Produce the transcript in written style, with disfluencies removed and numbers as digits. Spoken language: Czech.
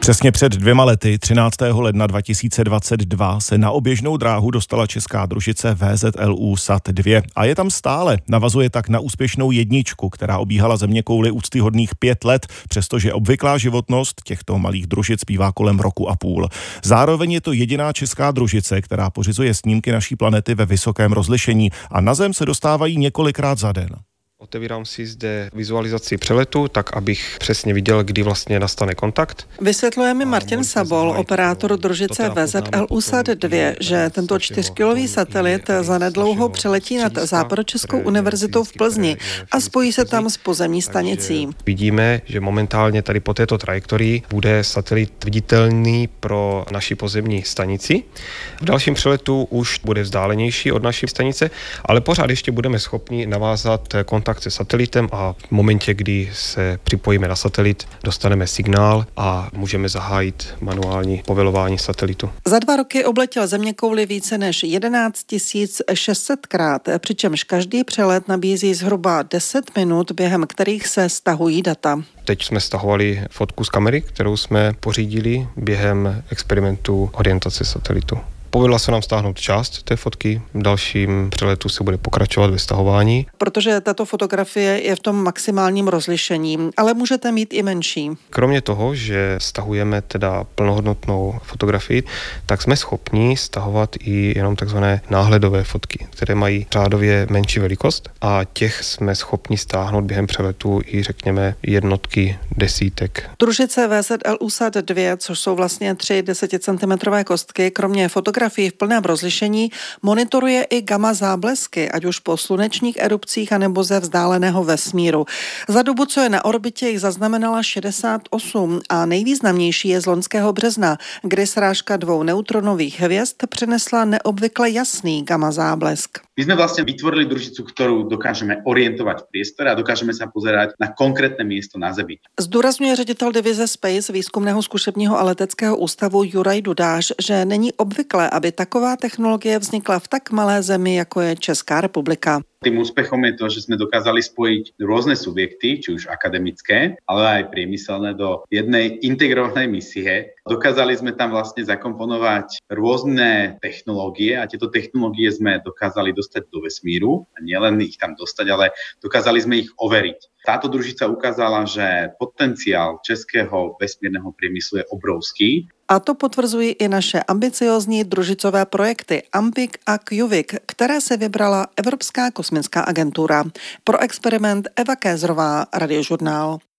Přesně před 2 lety, 13. ledna 2022, se na oběžnou dráhu dostala česká družice VZLU SAT-2 a je tam stále. Navazuje tak na úspěšnou jedničku, která obíhala zeměkouli úctyhodných 5 let, přestože obvyklá životnost těchto malých družic bývá kolem roku a půl. Zároveň je to jediná česká družice, která pořizuje snímky naší planety ve vysokém rozlišení a na Zem se dostávají několikrát za den. Otevírám si zde vizualizaci přeletu, tak abych přesně viděl, kdy vlastně nastane kontakt. Vysvětluje mi Martin Sabol, operátor družice VZLU SAT-2, že tento 4kilový satelit zanedlouho přeletí nad Západočeskou univerzitou v Plzni a spojí se tam s pozemní stanicí. Vidíme, že momentálně tady po této trajektorii bude satelit viditelný pro naši pozemní stanici. V dalším přeletu už bude vzdálenější od naší stanice, ale pořád ještě budeme schopni navázat kontakt se satelitem a v momentě, kdy se připojíme na satelit, dostaneme signál a můžeme zahájit manuální povolování satelitu. Za 2 roky obletěl zeměkouli více než 11 600krát, přičemž každý přelet nabízí zhruba 10 minut, během kterých se stahují data. Teď jsme stahovali fotku z kamery, kterou jsme pořídili během experimentu orientace satelitu. Povedla se nám stáhnout část té fotky, v dalším přeletu se bude pokračovat ve stahování. Protože tato fotografie je v tom maximálním rozlišení, ale můžete mít i menší. Kromě toho, že stahujeme teda plnohodnotnou fotografii, tak jsme schopni stahovat i jenom takzvané náhledové fotky, které mají řádově menší velikost a těch jsme schopni stáhnout během přeletu i řekněme jednotky, desítek. Družice VZLU SAT-2, což jsou vlastně 3 10cm kostky, kromě fotografií v plném rozlišení monitoruje i gamma záblesky, ať už po slunečních erupcích anebo ze vzdáleného vesmíru. Za dobu, co je na orbitě, jich zaznamenala 68 a nejvýznamnější je z loňského března, kdy srážka 2 neutronových hvězd přinesla neobvykle jasný gamma záblesk. My sme vlastne vytvorili družicu, ktorú dokážeme orientovať v priestore a dokážeme sa pozerať na konkrétne miesto na Zemi. Zdůrazňuje ředitel divize Space výzkumného zkušebního a leteckého ústavu Juraj Dudáš, že není obvyklé, aby taková technologie vznikla v tak malé zemi, jako je Česká republika. Tým úspechom je to, že sme dokázali spojiť rôzne subjekty, či už akademické, ale aj priemyselné do jednej integrovanej misie. Dokázali sme tam vlastne zakomponovať rôzne technológie a tieto technológie sme dokázali dostať do vesmíru a nielen ich tam dostať, ale dokázali sme ich overiť. Táto družica ukázala, že potenciál českého vesmírneho priemyslu je obrovský. A to potvrzují i naše ambiciózní družicové projekty AMPIC a QUIC, které se vybrala Evropská kosmická agentura. Pro experiment Eva Kézrová, Radiožurnál.